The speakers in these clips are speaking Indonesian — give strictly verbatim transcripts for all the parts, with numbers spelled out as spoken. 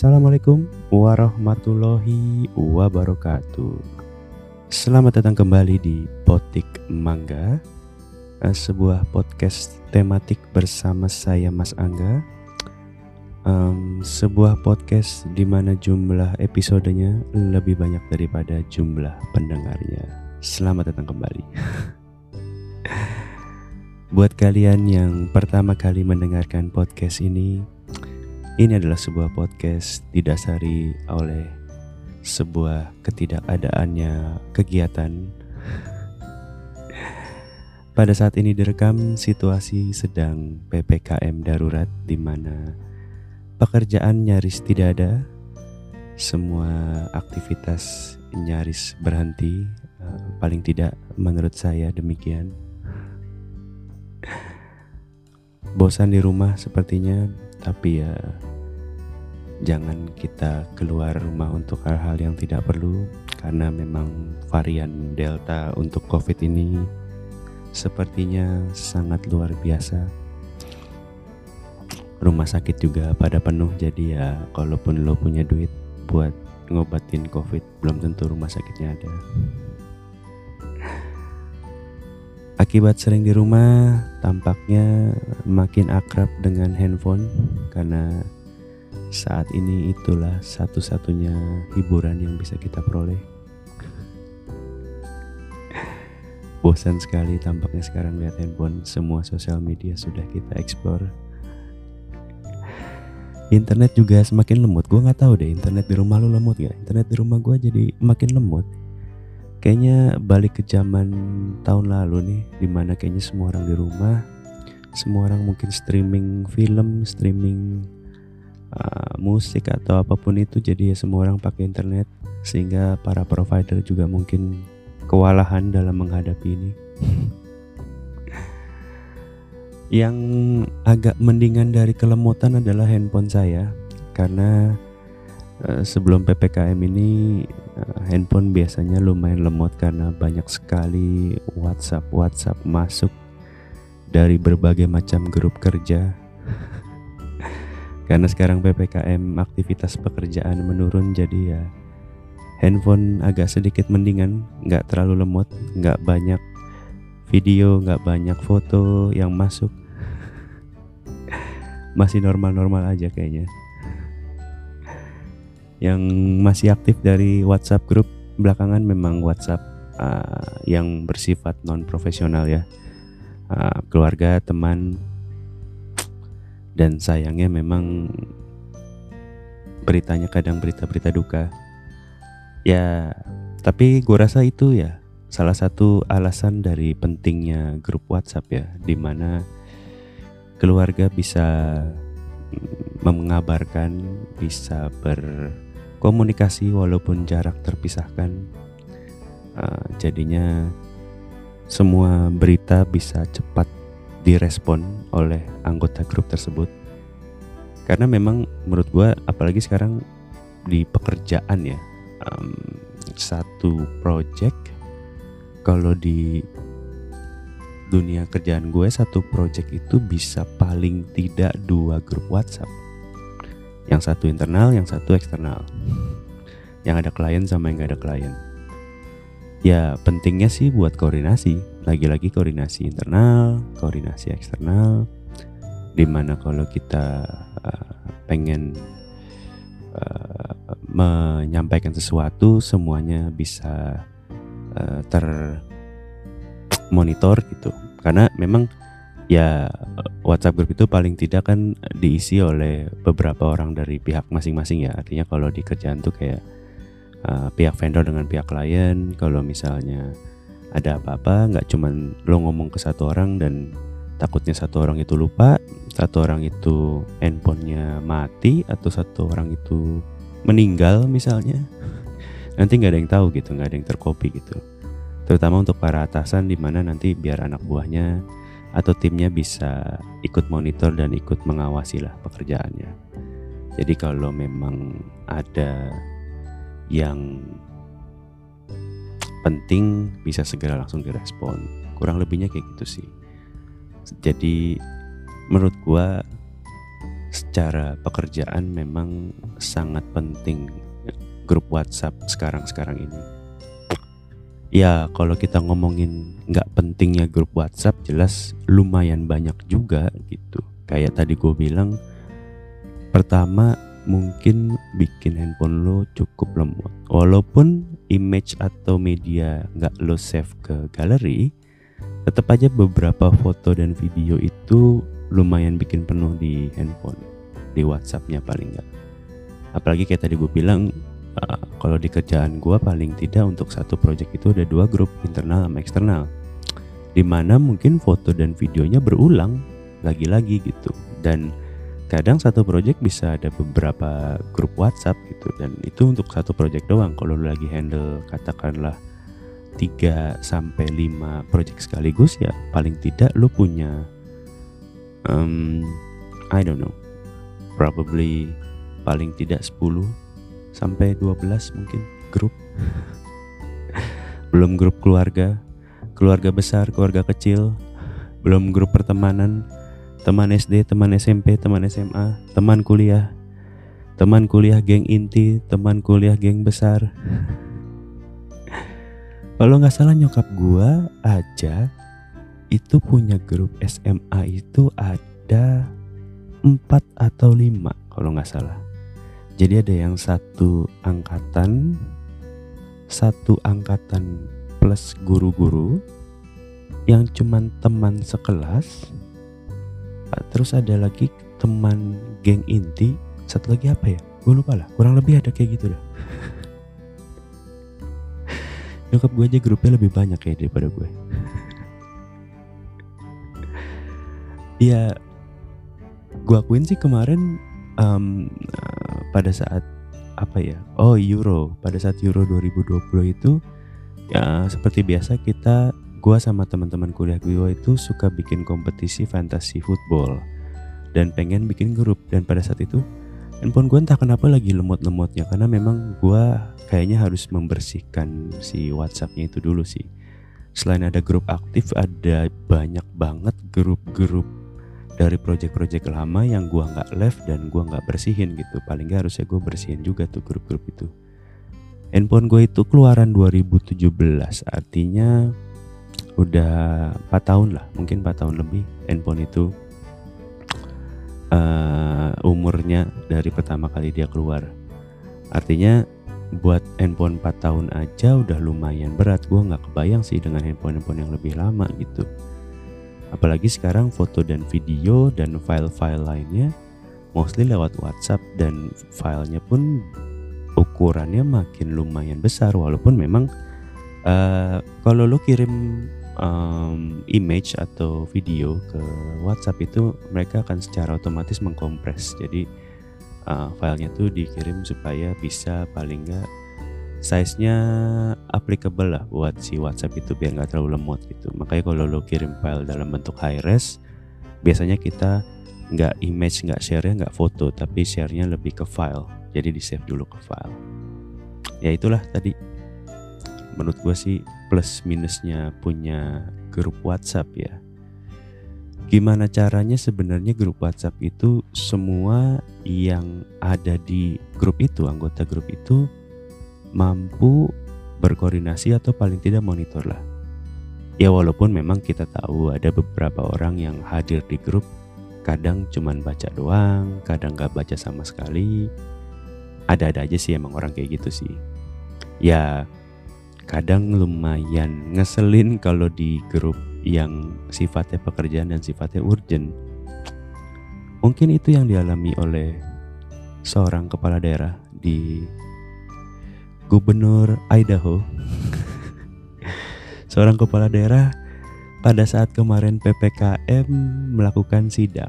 Assalamualaikum warahmatullahi wabarakatuh. Selamat datang kembali di Potik Mangga, sebuah podcast tematik bersama saya Mas Angga. um, Sebuah podcast di mana jumlah episodenya lebih banyak daripada jumlah pendengarnya. Selamat datang kembali. Buat kalian yang pertama kali mendengarkan podcast ini, ini adalah sebuah podcast didasari oleh sebuah ketidakadaannya kegiatan. Pada saat ini direkam, situasi sedang P P K M darurat di mana pekerjaan nyaris tidak ada, semua aktivitas nyaris berhenti, paling tidak menurut saya demikian. Bosan di rumah sepertinya, tapi ya jangan kita keluar rumah untuk hal-hal yang tidak perlu, karena memang varian Delta untuk COVID ini sepertinya sangat luar biasa. Rumah sakit juga pada penuh, jadi ya kalaupun lo punya duit buat ngobatin COVID, belum tentu rumah sakitnya ada. Akibat sering di rumah, tampaknya makin akrab dengan handphone, karena saat ini itulah satu-satunya hiburan yang bisa kita peroleh. Bosan sekali tampaknya sekarang lihat handphone, semua sosial media sudah kita explore. Internet juga semakin lemot, gue gak tahu deh internet di rumah lu lemot gak? Internet di rumah gue jadi makin lemot. Kayaknya balik ke zaman tahun lalu nih, dimana kayaknya semua orang di rumah, semua orang mungkin streaming film, streaming uh, musik atau apapun itu, jadi ya semua orang pakai internet, sehingga para provider juga mungkin kewalahan dalam menghadapi ini. Yang agak mendingan dari kelemotan adalah handphone saya, karena uh, sebelum P P K M ini handphone biasanya lumayan lemot karena banyak sekali WhatsApp WhatsApp masuk dari berbagai macam grup kerja. Karena sekarang P P K M aktivitas pekerjaan menurun, jadi ya handphone agak sedikit mendingan, nggak terlalu lemot, nggak banyak video, nggak banyak foto yang masuk. Masih normal-normal aja kayaknya. Yang masih aktif dari WhatsApp grup belakangan memang WhatsApp uh, yang bersifat non profesional ya, uh, keluarga, teman, dan sayangnya memang beritanya kadang berita-berita duka ya. Tapi gue rasa itu ya salah satu alasan dari pentingnya grup WhatsApp ya, dimana keluarga bisa mengabarkan, bisa berkomunikasi walaupun jarak terpisahkan. uh, Jadinya semua berita bisa cepat direspon oleh anggota grup tersebut. Karena memang menurut gue, apalagi sekarang di pekerjaan ya, um, satu project, kalau di dunia kerjaan gue, satu project itu bisa paling tidak dua grup WhatsApp. Yang satu internal, yang satu eksternal. Yang ada klien sama yang gak ada klien. Ya pentingnya sih buat koordinasi. Lagi-lagi koordinasi internal, koordinasi eksternal. Dimana kalau kita uh, pengen uh, menyampaikan sesuatu, semuanya bisa uh, termonitor gitu. Karena memang ya WhatsApp group itu paling tidak kan diisi oleh beberapa orang dari pihak masing-masing ya. Artinya kalau di kerjaan tuh kayak uh, pihak vendor dengan pihak klien. Kalau misalnya ada apa-apa, gak cuman lo ngomong ke satu orang dan takutnya satu orang itu lupa, satu orang itu handphonenya mati, atau satu orang itu meninggal misalnya, nanti gak ada yang tahu gitu, gak ada yang tercopy gitu. Terutama untuk para atasan, dimana nanti biar anak buahnya atau timnya bisa ikut monitor dan ikut mengawasi lah pekerjaannya. Jadi kalau memang ada yang penting bisa segera langsung direspon. Kurang lebihnya kayak gitu sih. Jadi menurut gua secara pekerjaan memang sangat penting grup WhatsApp sekarang-sekarang ini. Ya kalau kita ngomongin nggak pentingnya grup WhatsApp, jelas lumayan banyak juga gitu. Kayak tadi gue bilang, pertama mungkin bikin handphone lo cukup lemot. Walaupun image atau media nggak lo save ke galeri, tetap aja beberapa foto dan video itu lumayan bikin penuh di handphone, di WhatsAppnya paling nggak. Apalagi kayak tadi gue bilang, uh, kalau di kerjaan gue paling tidak untuk satu project itu ada dua grup, internal sama eksternal, dimana mungkin foto dan videonya berulang lagi-lagi gitu. Dan kadang satu project bisa ada beberapa grup WhatsApp gitu, dan itu untuk satu project doang. Kalau lu lagi handle katakanlah tiga sampai lima project sekaligus, ya paling tidak lu punya um, I don't know, probably paling tidak sepuluh sampai dua belas mungkin grup. Belum grup keluarga, keluarga besar, keluarga kecil, belum grup pertemanan, teman S D, teman S M P, teman S M A, teman kuliah, teman kuliah geng inti, teman kuliah geng besar. Kalau nggak salah nyokap gua aja itu punya grup S M A itu ada empat atau lima kalau nggak salah. Jadi ada yang satu angkatan, satu angkatan plus guru-guru yang cuman teman sekelas. Terus ada lagi teman geng inti, satu lagi apa ya? Gue lupa lah, kurang lebih ada kayak gitu dah. Nyokap gue aja grupnya lebih banyak ya daripada gue. Ya, gue akuin sih kemarin um, uh, pada saat apa ya? Oh Euro, pada saat Euro dua ribu dua puluh itu ya seperti biasa kita, gue sama teman-teman kuliah gue itu suka bikin kompetisi fantasy football dan pengen bikin grup. Dan pada saat itu handphone gue entah kenapa lagi lemot-lemotnya, karena memang gue kayaknya harus membersihkan si WhatsAppnya itu dulu sih. Selain ada grup aktif, ada banyak banget grup-grup dari project-project lama yang gue nggak left dan gue nggak bersihin gitu. Paling nggak harusnya gue bersihin juga tuh grup-grup itu. Handphone gue itu keluaran dua ribu tujuh belas, artinya udah empat tahun lah, mungkin empat tahun lebih handphone itu uh, umurnya dari pertama kali dia keluar. Artinya buat handphone empat tahun aja udah lumayan berat. Gue gak kebayang sih dengan handphone-handphone yang lebih lama gitu. Apalagi sekarang foto dan video dan file-file lainnya mostly lewat WhatsApp, dan filenya pun ukurannya makin lumayan besar. Walaupun memang uh, kalau lo kirim Um, image atau video ke WhatsApp itu mereka akan secara otomatis mengkompres. Jadi uh, filenya tuh dikirim supaya bisa paling nggak size-nya applicable lah buat si WhatsApp itu, biar nggak terlalu lemot gitu. Makanya kalau lo kirim file dalam bentuk high res, biasanya kita nggak image, nggak share-nya nggak foto, tapi share-nya lebih ke file. Jadi di save dulu ke file. Ya itulah tadi, menurut gue sih plus minusnya punya grup WhatsApp ya. Gimana caranya sebenarnya grup WhatsApp itu semua yang ada di grup itu, anggota grup itu mampu berkoordinasi atau paling tidak monitor lah. Ya walaupun memang kita tahu ada beberapa orang yang hadir di grup kadang cuman baca doang, kadang gak baca sama sekali. Ada-ada aja sih emang orang kayak gitu sih. Ya kadang lumayan ngeselin kalau di grup yang sifatnya pekerjaan dan sifatnya urgent. Mungkin itu yang dialami oleh seorang kepala daerah di Gubernur Idaho. Seorang kepala daerah pada saat kemarin P P K M melakukan sidak.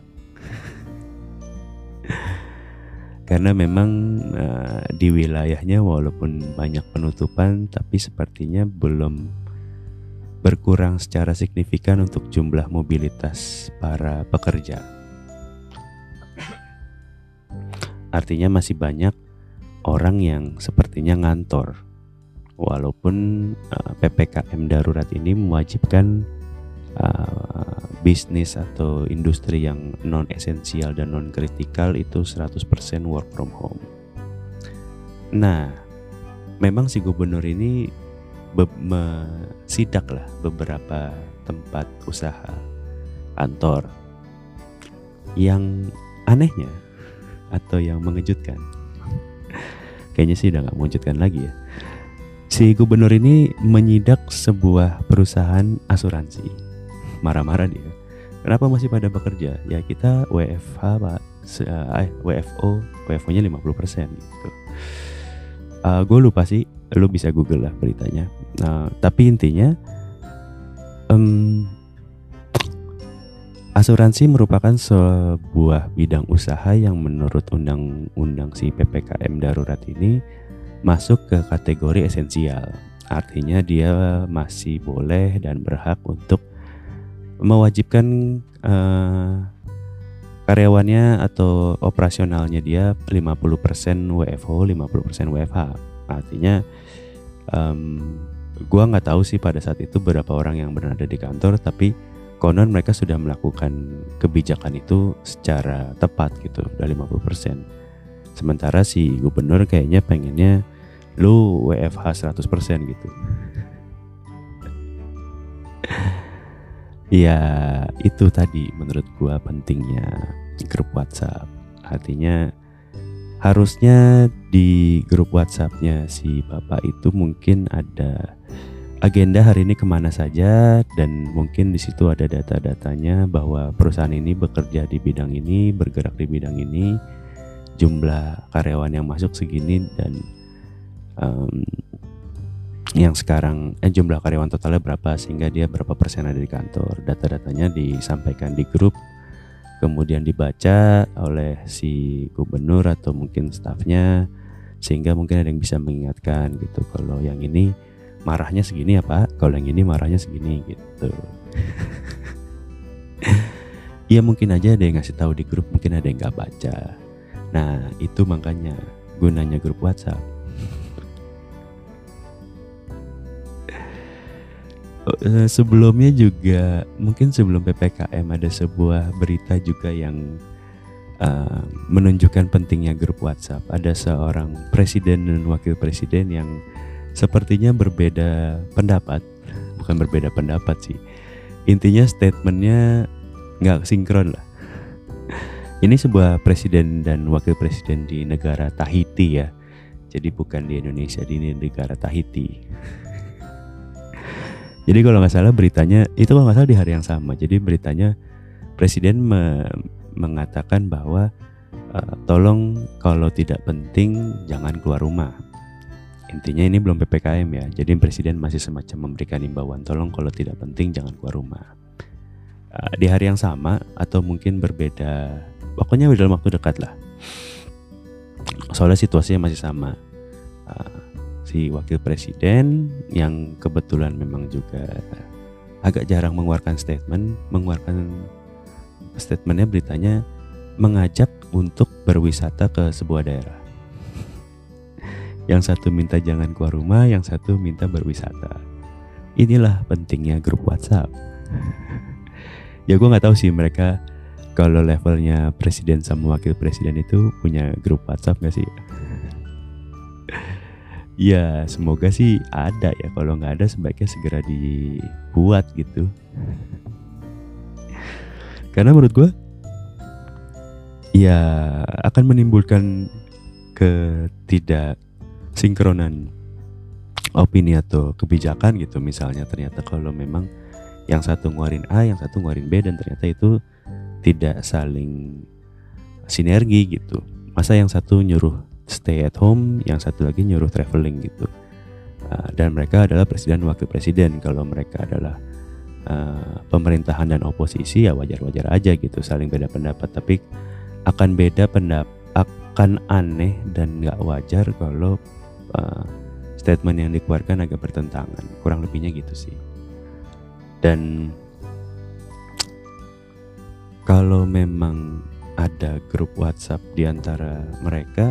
Karena memang uh, di wilayahnya walaupun banyak penutupan, tapi sepertinya belum berkurang secara signifikan untuk jumlah mobilitas para pekerja. Artinya masih banyak orang yang sepertinya ngantor, walaupun uh, P P K M darurat ini mewajibkan uh, bisnis atau industri yang non esensial dan non kritikal itu seratus persen work from home. Nah, memang si gubernur ini be- sidak lah beberapa tempat usaha, kantor. Yang anehnya atau yang mengejutkan, kayaknya sih udah gak mengejutkan lagi ya, si gubernur ini menyidak sebuah perusahaan asuransi. Marah-marah dia, kenapa masih pada bekerja? Ya kita W F H pak, eh, W F O, W F O nya lima puluh persen gitu. uh, Gue lupa sih, lu bisa google lah beritanya. uh, Tapi intinya um, asuransi merupakan sebuah bidang usaha yang menurut undang-undang si P P K M darurat ini masuk ke kategori esensial. Artinya dia masih boleh dan berhak untuk mewajibkan uh, karyawannya atau operasionalnya dia lima puluh persen W F O, lima puluh persen W F H. Artinya um, gua nggak tahu sih pada saat itu berapa orang yang berada di kantor, tapi konon mereka sudah melakukan kebijakan itu secara tepat gitu, udah lima puluh persen. Sementara si gubernur kayaknya pengennya lu W F H seratus persen gitu. Ya itu tadi menurut gua pentingnya grup WhatsApp. Artinya harusnya di grup WhatsAppnya si bapak itu mungkin ada agenda hari ini kemana saja, dan mungkin di situ ada data-datanya bahwa perusahaan ini bekerja di bidang ini, bergerak di bidang ini, jumlah karyawan yang masuk segini, dan um, yang sekarang eh, jumlah karyawan totalnya berapa, sehingga dia berapa persen ada di kantor. Data-datanya disampaikan di grup, kemudian dibaca oleh si gubernur atau mungkin stafnya, sehingga mungkin ada yang bisa mengingatkan gitu, kalau yang ini marahnya segini ya Pak, kalau yang ini marahnya segini gitu. Ya mungkin aja ada yang ngasih tahu di grup, mungkin ada yang nggak baca. Nah itu makanya gunanya grup WhatsApp. Sebelumnya juga mungkin sebelum P P K M ada sebuah berita juga yang uh, menunjukkan pentingnya grup WhatsApp. Ada seorang presiden dan wakil presiden yang sepertinya berbeda pendapat. Bukan berbeda pendapat sih, intinya statementnya gak sinkron lah. Ini sebuah presiden dan wakil presiden di negara Tahiti ya. Jadi bukan di Indonesia, di negara Tahiti. Jadi kalau gak salah beritanya, itu kalau gak salah di hari yang sama. Jadi beritanya presiden me- mengatakan bahwa uh, tolong kalau tidak penting jangan keluar rumah. Intinya ini belum P P K M ya, jadi presiden masih semacam memberikan imbauan, tolong kalau tidak penting jangan keluar rumah. Uh, di hari yang sama atau mungkin berbeda, pokoknya dalam waktu dekat lah. Soalnya situasinya masih sama. Uh, si wakil presiden yang kebetulan memang juga agak jarang mengeluarkan statement, mengeluarkan statementnya beritanya mengajak untuk berwisata ke sebuah daerah. Yang satu minta jangan keluar rumah, yang satu minta berwisata. Inilah pentingnya grup WhatsApp. Ya gue nggak tahu sih mereka kalau levelnya presiden sama wakil presiden itu punya grup WhatsApp nggak sih? Ya semoga sih ada ya. Kalau nggak ada sebaiknya segera dibuat gitu. Karena menurut gue ya akan menimbulkan ketidak sinkronan opini atau kebijakan gitu. Misalnya ternyata kalau memang yang satu ngeluarin A, yang satu ngeluarin B, dan ternyata itu tidak saling sinergi gitu. Masa yang satu nyuruh stay at home, yang satu lagi nyuruh traveling gitu. uh, Dan mereka adalah presiden dan wakil presiden. Kalau mereka adalah uh, pemerintahan dan oposisi ya wajar-wajar aja gitu, saling beda pendapat. Tapi akan beda pendapat, akan aneh dan gak wajar kalau Uh, statement yang dikeluarkan agak bertentangan. Kurang lebihnya gitu sih. Dan kalau memang ada grup WhatsApp di antara mereka,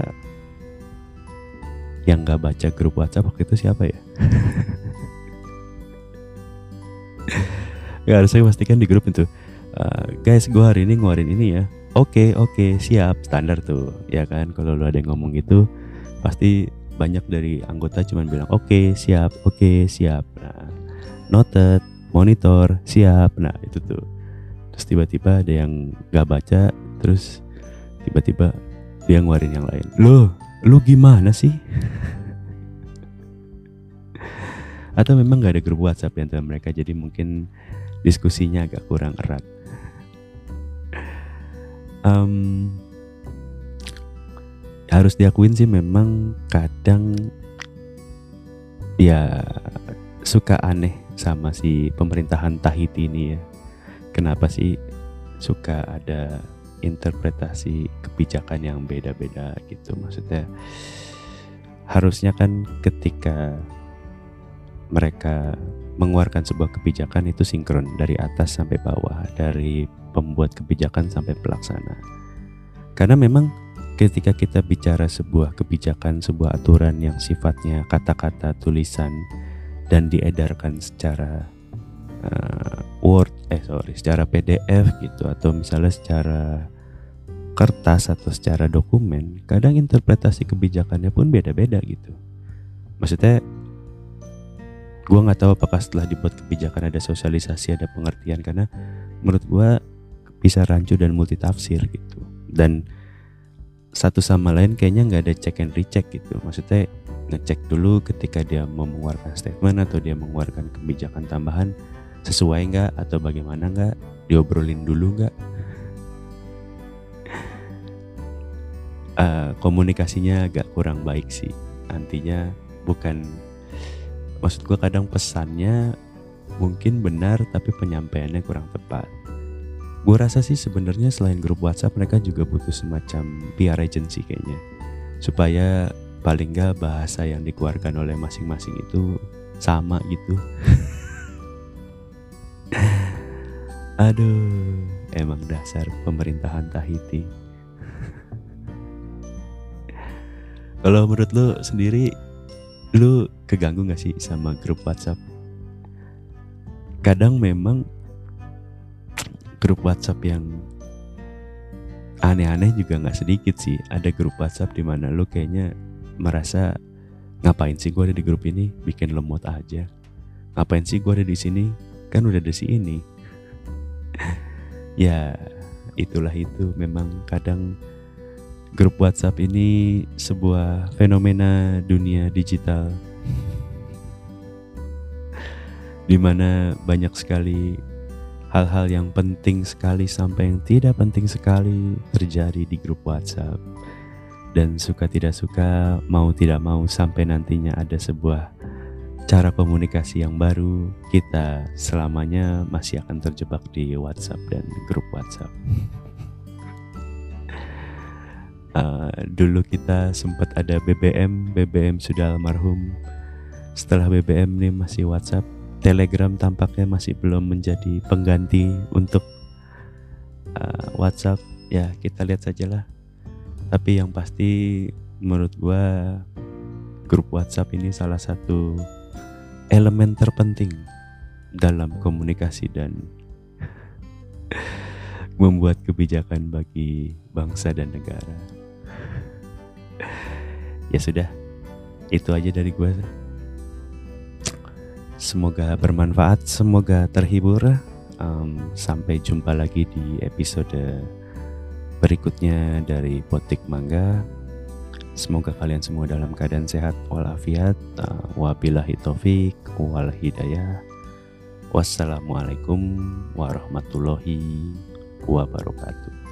yang gak baca grup WhatsApp waktu itu siapa ya? Ya harusnya pastikan di grup itu, uh, guys gue hari ini ngeluarin ini ya. Oke oke siap, standar tuh ya kan. Kalau lu ada yang ngomong gitu pasti banyak dari anggota cuman bilang oke siap, oke siap. Nah, noted, monitor, siap. Nah itu tuh. Terus tiba-tiba ada yang gak baca, terus tiba-tiba dia ngeluarin yang lain. Loh, lu gimana sih? Atau memang gak ada grup WhatsApp di antara mereka, jadi mungkin diskusinya agak kurang erat. Um, harus diakuin sih memang kadang ya suka aneh sama si pemerintahan Tahiti ini ya. Kenapa sih suka ada interpretasi kebijakan yang beda-beda gitu. Maksudnya harusnya kan ketika mereka mengeluarkan sebuah kebijakan itu sinkron dari atas sampai bawah, dari pembuat kebijakan sampai pelaksana. Karena memang ketika kita bicara sebuah kebijakan, sebuah aturan yang sifatnya kata-kata tulisan dan diedarkan secara uh, Word, eh sorry, secara P D F gitu, atau misalnya secara kertas atau secara dokumen, kadang interpretasi kebijakannya pun beda-beda gitu. Maksudnya gue nggak tahu apakah setelah dibuat kebijakan ada sosialisasi, ada pengertian, karena menurut gue bisa rancu dan multitafsir gitu. Dan satu sama lain kayaknya nggak ada check and recheck gitu. Maksudnya ngecek dulu ketika dia mau mengeluarkan statement atau dia mengeluarkan kebijakan tambahan sesuai nggak atau bagaimana nggak, diobrolin dulu nggak. Uh, komunikasinya agak kurang baik sih. Nantinya bukan, maksud gue kadang pesannya mungkin benar tapi penyampaiannya kurang tepat. Gue rasa sih sebenarnya selain grup WhatsApp mereka juga butuh semacam P R agency kayaknya, supaya paling gak bahasa yang dikeluarkan oleh masing-masing itu sama gitu. Aduh, emang dasar pemerintahan Tahiti. Kalau menurut lu sendiri, lu keganggu gak sih sama grup WhatsApp? Kadang memang grup WhatsApp yang aneh-aneh juga gak sedikit sih. Ada grup WhatsApp di mana lu kayaknya merasa, ngapain sih gue ada di grup ini, bikin lemot aja. Ngapain sih gue ada di sini, kan udah ada si ini. Ya itulah itu, memang kadang grup WhatsApp ini sebuah fenomena dunia digital di mana banyak sekali hal-hal yang penting sekali sampai yang tidak penting sekali terjadi di grup WhatsApp. Dan suka tidak suka, mau tidak mau, sampai nantinya ada sebuah cara komunikasi yang baru, kita selamanya masih akan terjebak di WhatsApp dan grup WhatsApp. Uh, dulu kita sempat ada B B M, B B M sudah almarhum. Setelah B B M nih masih WhatsApp. Telegram tampaknya masih belum menjadi pengganti untuk uh, WhatsApp. Ya kita lihat sajalah. Tapi yang pasti menurut gua grup WhatsApp ini salah satu elemen terpenting dalam komunikasi dan membuat kebijakan bagi bangsa dan negara. Ya sudah, itu aja dari gue. Semoga bermanfaat, semoga terhibur. um, Sampai jumpa lagi di episode berikutnya dari Potik Mangga. Semoga kalian semua dalam keadaan sehat walafiat. uh, Wabillahi taufik wal hidayah. Wassalamualaikum warahmatullahi wabarakatuh.